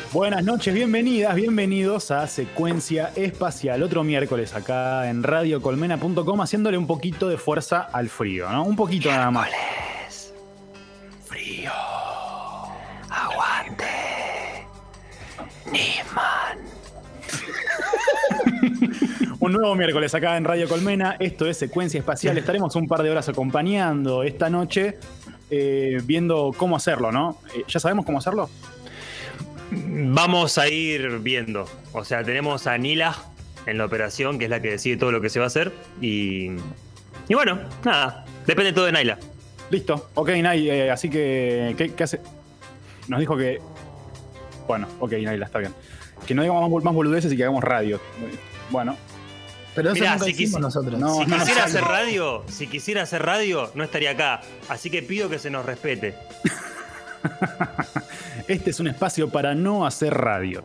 Buenas noches, bienvenidas, bienvenidos a Secuencia Espacial. Otro miércoles acá en radiocolmena.com haciéndole un poquito de fuerza al frío, ¿no? Un poquito nada más. Frío. Aguante. Nisman. Un nuevo miércoles acá en Radio Colmena. Esto es Secuencia Espacial. Estaremos un par de horas acompañando esta noche, viendo cómo hacerlo, ¿no? ¿Ya sabemos cómo hacerlo? Vamos a ir viendo. O sea, tenemos a Nila en la operación, que es la que decide todo lo que se va a hacer. Y bueno, nada. Depende todo de Naila. Listo. Ok, Nay. Así que, ¿qué hace? Nos dijo que... Bueno, ok, Naila, está bien. Que no digamos más boludeces y que hagamos radio. Bueno. Pero eso Mirá, nunca hicimos nosotros. No, si quisiera hacer radio, no estaría acá. Así que pido que se nos respete. Este es un espacio para no hacer radio.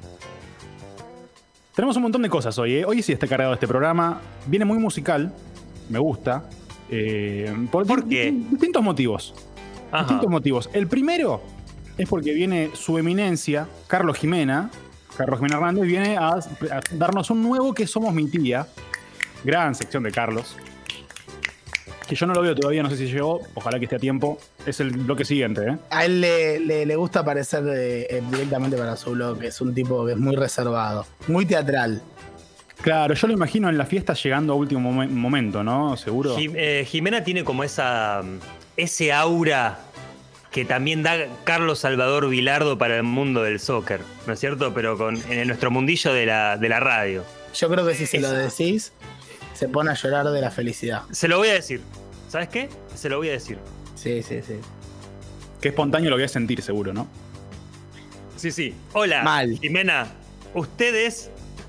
Tenemos un montón de cosas hoy, ¿eh? Hoy sí está cargado este programa. Viene muy musical. Me gusta. ¿Por qué? Distintos motivos. Ajá. Distintos motivos. El primero es porque viene su eminencia, Carlos Jimena Hernández, viene a darnos un nuevo Que Somos Mi Tía. Gran sección de Carlos. Que yo no lo veo todavía, no sé si llegó. Ojalá que esté a tiempo. Es el bloque siguiente, ¿eh? A él le gusta aparecer directamente para su bloque. Es un tipo que es muy reservado, muy teatral. Claro, yo lo imagino en la fiesta llegando a último momento, ¿no? Seguro. Jimena tiene como ese aura que también da Carlos Salvador Vilardo para el mundo del soccer, ¿no es cierto? Pero en nuestro mundillo de la radio. Yo creo que si se lo decís, se pone a llorar de la felicidad. Se lo voy a decir. ¿Sabes qué? Se lo voy a decir. Sí. Qué espontáneo lo voy a sentir, seguro, ¿no? Sí. Hola, Mal. Jimena. Ustedes...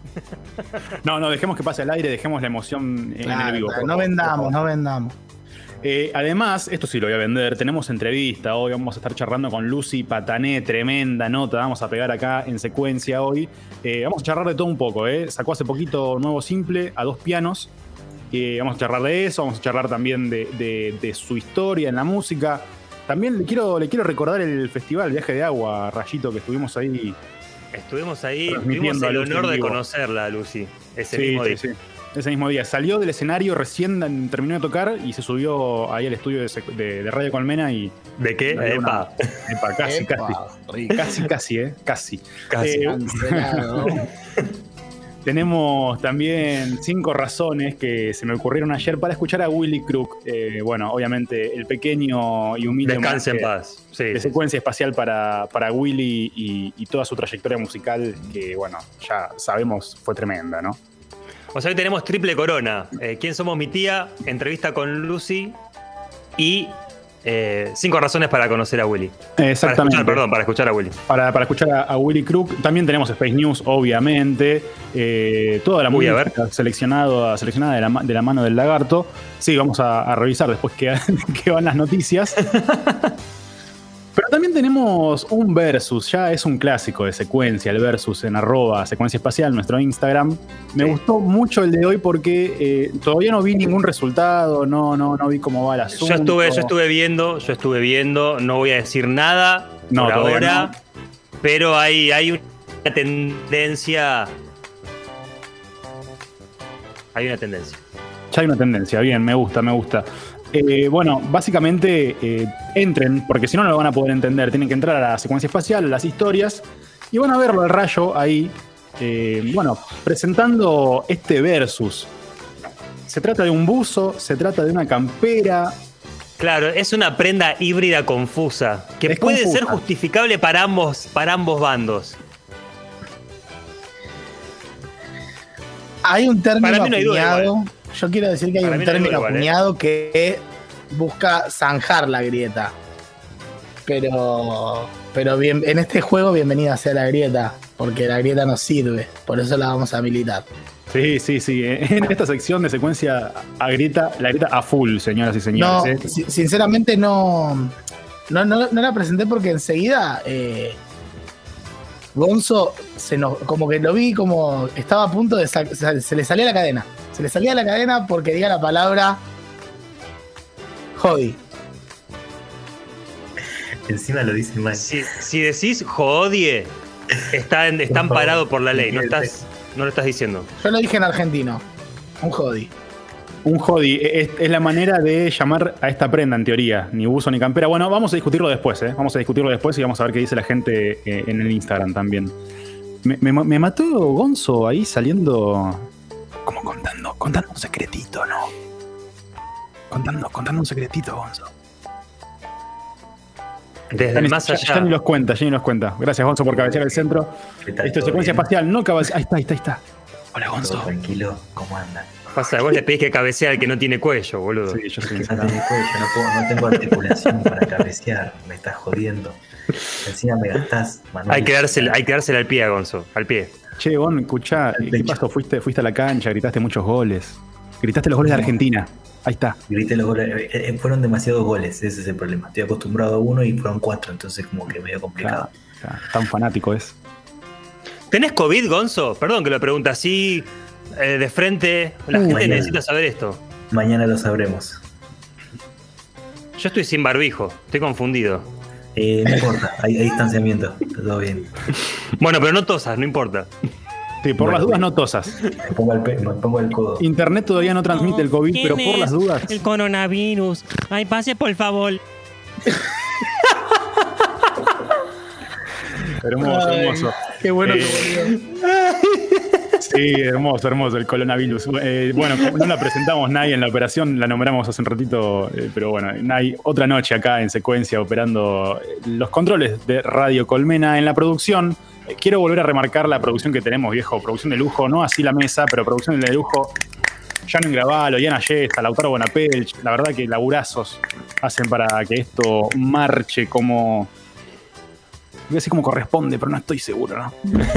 No, dejemos que pase el aire, dejemos la emoción en el vivo. Claro, no vendamos. Además, esto sí lo voy a vender, tenemos entrevista hoy, vamos a estar charlando con Lucy Patané, tremenda nota, vamos a pegar acá en secuencia hoy. Vamos a charlar de todo un poco, sacó hace poquito nuevo simple a 2 pianos. Vamos a charlar de eso, vamos a charlar también de su historia en la música. También le quiero recordar el festival Viaje de Agua, Rayito, que estuvimos ahí. Tuvimos el honor de conocerla, Lucy, ese mismo día. Sí. Ese mismo día. Salió del escenario, recién terminó de tocar y se subió ahí al estudio de Radio Colmena y... ¿De qué? Epa, casi. Casi. Cancelado. Tenemos también 5 razones que se me ocurrieron ayer para escuchar a Willy Crook. Bueno, obviamente el pequeño y humilde Descanse en paz. Sí. Secuencia espacial para Willy y toda su trayectoria musical que, bueno, ya sabemos fue tremenda, ¿no? O sea, hoy tenemos triple corona. ¿Quién somos mi tía? Entrevista con Lucy y 5 razones para conocer a Willy. Exactamente. Para escuchar a Willy. Para escuchar a Willy Crook. También tenemos Space News, obviamente. Toda la música seleccionada de la mano del lagarto. Sí, vamos a revisar después que van las noticias. Pero también tenemos un versus, ya es un clásico de secuencia, el versus en @secuencia espacial, nuestro Instagram. Me gustó mucho el de hoy porque todavía no vi ningún resultado, no vi cómo va el asunto. Yo estuve viendo, no voy a decir nada por ahora, pero hay una tendencia. Hay una tendencia. Ya hay una tendencia, bien, me gusta. Bueno, básicamente entren, porque si no, no lo van a poder entender. Tienen que entrar a la secuencia espacial, a las historias, y van a verlo al Rayo ahí, presentando este versus. Se trata de un buzo, se trata de una campera. Claro, es una prenda híbrida confusa, que puede ser justificable para ambos bandos. Hay un término para mí no hay duda acuñado. Yo quiero decir que hay un término acuñado que busca zanjar la grieta. Pero bien, en este juego, bienvenida sea la grieta, porque la grieta nos sirve. Por eso la vamos a militar. Sí. En esta sección de secuencia la grieta a full, señoras y señores. No, sinceramente no la presenté porque enseguida Gonzo como que lo vi como estaba a punto de se le salía la cadena. Se le salía la cadena porque diga la palabra Jodi. Encima lo dice mal. Si decís jodie, está amparado por la ley, no lo estás diciendo. Yo lo dije en argentino. Un jodi. Un jodi es la manera de llamar a esta prenda, en teoría. Ni buzo ni campera. Bueno, vamos a discutirlo después, ¿eh? Vamos a discutirlo después y vamos a ver qué dice la gente en el Instagram también. Me mató Gonzo ahí saliendo. Como contando un secretito, ¿no? Contando un secretito, Gonzo. Desde el más allá. Ya ni los cuenta. Gracias, Gonzo, por cabecear el centro. Esto es secuencia espacial, no cabecear. Ahí está. Hola, Gonzo. Todo tranquilo, ¿cómo andan? Pasa, vos le pedís que cabecee al que no tiene cuello, boludo. Sí, yo soy No tiene cuello, no tengo articulación para cabecear, me estás jodiendo. Encima me gastás, Manuel. Hay que dársela al pie a Gonzo, al pie. Che, Gon, escuchá, ¿qué pasó? Fuiste a la cancha, gritaste muchos goles. Gritaste los goles de Argentina. Ahí está. Grité los goles. Fueron demasiados goles, ese es el problema. Estoy acostumbrado a uno y fueron 4, entonces como que medio complicado. Claro, tan fanático es. ¿Tenés COVID, Gonzo? Perdón que lo pregunte así de frente. La gente mañana. necesita saber esto. Mañana lo sabremos. Yo estoy sin barbijo, estoy confundido. No importa, hay distanciamiento, está todo bien. Bueno, pero no tosas, no importa. Sí, por las dudas no tosas. Me pongo el codo. Internet todavía no transmite el COVID, pero por las dudas. El coronavirus. Ay, pase por favor. Hermoso. Qué bueno que volvió. Sí, hermoso, el coronavirus. Bueno, no la presentamos Nay en la operación, la nombramos hace un ratito, pero bueno, Nay, otra noche acá en secuencia operando los controles de Radio Colmena en la producción. Quiero volver a remarcar la producción que tenemos, viejo, producción de lujo, no así la mesa, pero producción de lujo. Jano Ingravalo, Diana Yesta, Lautaro Bonapelch, la verdad que laburazos hacen para que esto marche como... Voy a decir como corresponde, pero no estoy seguro, ¿no?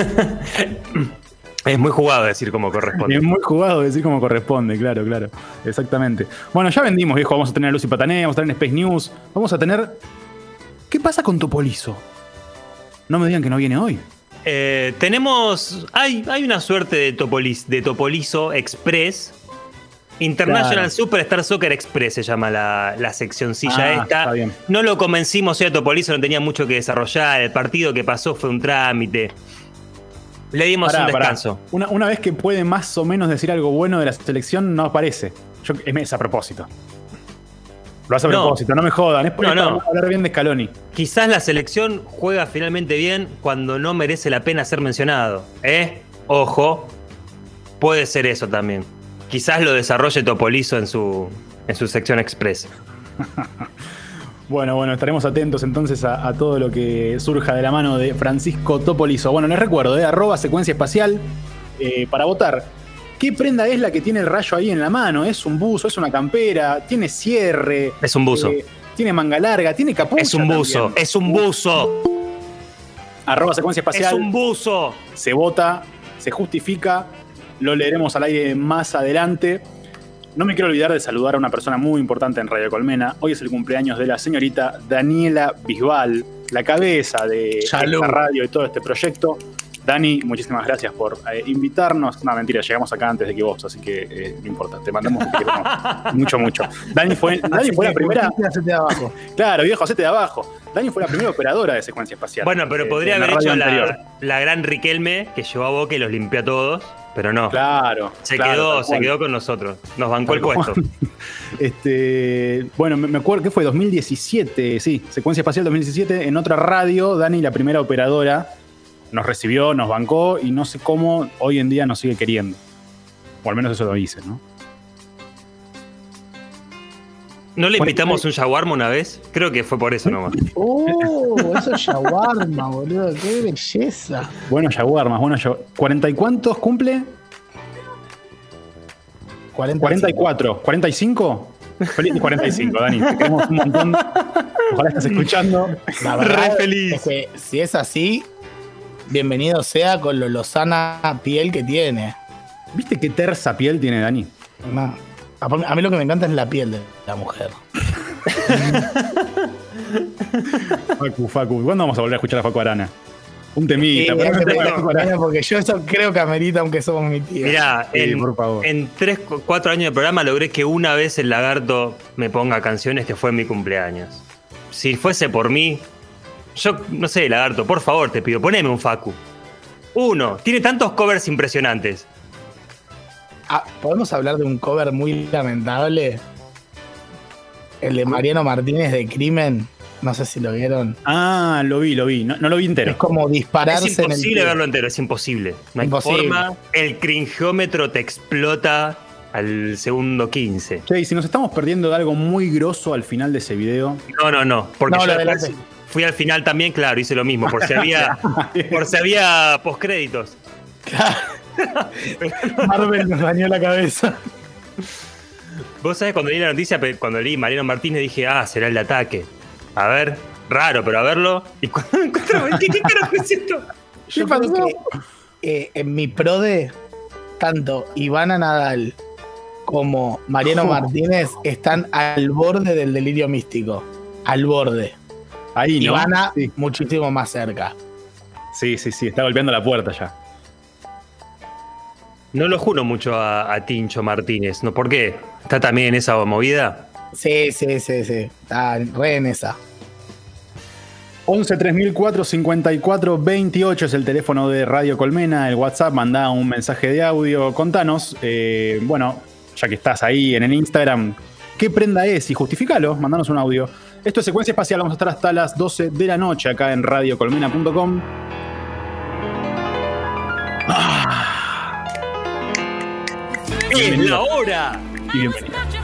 Es muy jugado decir como corresponde. Es muy jugado decir como corresponde, claro. Exactamente. Bueno, ya vendimos, viejo. Vamos a tener a Lucy Patané, vamos a tener Space News. Vamos a tener... ¿Qué pasa con Topolizo? No me digan que no viene hoy. Tenemos... Hay una suerte de Topolizo Express. International Claro. Superstar Soccer Express se llama la seccioncilla esta. Está bien. No lo convencimos hoy a Topolizo, no tenía mucho que desarrollar. El partido que pasó fue un trámite. Le dimos un descanso. Una vez que puede más o menos decir algo bueno de la selección, no aparece. Es a propósito. Lo hace a propósito, no me jodan. Es para hablar bien de Scaloni. Quizás la selección juega finalmente bien cuando no merece la pena ser mencionado. Ojo, puede ser eso también. Quizás lo desarrolle Topolizo en su sección express. Bueno, estaremos atentos entonces a todo lo que surja de la mano de Francisco Topolizo. Bueno, les recuerdo, @secuencia espacial para votar. ¿Qué prenda es la que tiene el rayo ahí en la mano? ¿Es un buzo? ¿Es una campera? ¿Tiene cierre? Es un buzo. ¿Tiene manga larga? ¿Tiene capucha? Es un buzo, también? es un buzo. @secuencia espacial. Es un buzo. Se vota, se justifica. Lo leeremos al aire más adelante. No me quiero olvidar de saludar a una persona muy importante en Radio Colmena. Hoy es el cumpleaños de la señorita Daniela Bisbal, la cabeza de esta radio y todo este proyecto. Dani, muchísimas gracias por invitarnos. No, mentira, llegamos acá antes de que vos, así que no importa, te mandamos mucho. Dani fue la primera. Hacete de abajo. Claro, viejo, hacete de abajo. Dani fue la primera operadora de secuencia espacial. Bueno, pero podría haber hecho la gran Riquelme que llevó a Boca y los limpió a todos, pero no. Claro. Se quedó con nosotros. Nos bancó el puesto. Bueno, me acuerdo que fue 2017, sí, secuencia espacial 2017, en otra radio, Dani, la primera operadora, nos recibió, nos bancó y no sé cómo hoy en día nos sigue queriendo. O al menos eso lo dice, ¿no? ¿No le invitamos un shawarma una vez? Creo que fue por eso nomás. Eso es shawarma, boludo. Qué belleza. Bueno, shawarmas, ¿40 y cuántos cumple? 44. ¿45? Feliz 45, Dani. Te queremos un montón. Ojalá estés escuchando. La verdad Re feliz. es que si es así, bienvenido sea con lo lozana piel que tiene. ¿Viste qué tersa piel tiene Dani? No. A mí lo que me encanta es la piel de la mujer. Facu. ¿Cuándo vamos a volver a escuchar a Facu Arana? Un temita. Porque yo eso creo que amerita, aunque somos mi tío. Mirá, por favor. en 3-4 años de programa logré que una vez el lagarto me ponga canciones que fue en mi cumpleaños. Si fuese por mí, yo no sé, lagarto, por favor te pido, poneme un Facu. Uno. Tiene tantos covers impresionantes. ¿Podemos hablar de un cover muy lamentable? El de Mariano Martínez de Crimen. No sé si lo vieron. Ah, lo vi. No lo vi entero. Es como dispararse Es imposible en el... verlo entero, es imposible. No hay Imposible. forma. El cringeómetro te explota al segundo 15. Che, y si nos estamos perdiendo de algo muy grosso al final de ese video. No. Porque No, yo lo después delante. fui al final también, claro, hice lo mismo. Por si había postcréditos. Marvel nos dañó la cabeza. Vos sabés, cuando leí la noticia, cuando leí Mariano Martínez, dije, será el de Ataque. A ver, raro, pero a verlo. Y cuando me encuentro, ¿qué carajo es esto? Yo creo que en mi prode, tanto Ivana Nadal como Mariano Martínez están al borde del delirio místico. Al borde. Ahí, ¿no? Ivana Sí. muchísimo más cerca. Sí, está golpeando la puerta ya. No lo juro mucho a Tincho Martínez, ¿no? ¿Por qué? ¿Está también en esa movida? Sí. Está re en esa. 11 3004 54 28 es el teléfono de Radio Colmena, el WhatsApp, mandá un mensaje de audio, contanos, bueno, ya que estás ahí en el Instagram, ¿qué prenda es? Y justifícalo, mandanos un audio. Esto es Secuencia Espacial, vamos a estar hasta las 12 de la noche acá en radiocolmena.com. ¡Es la hora! Y bienvenido.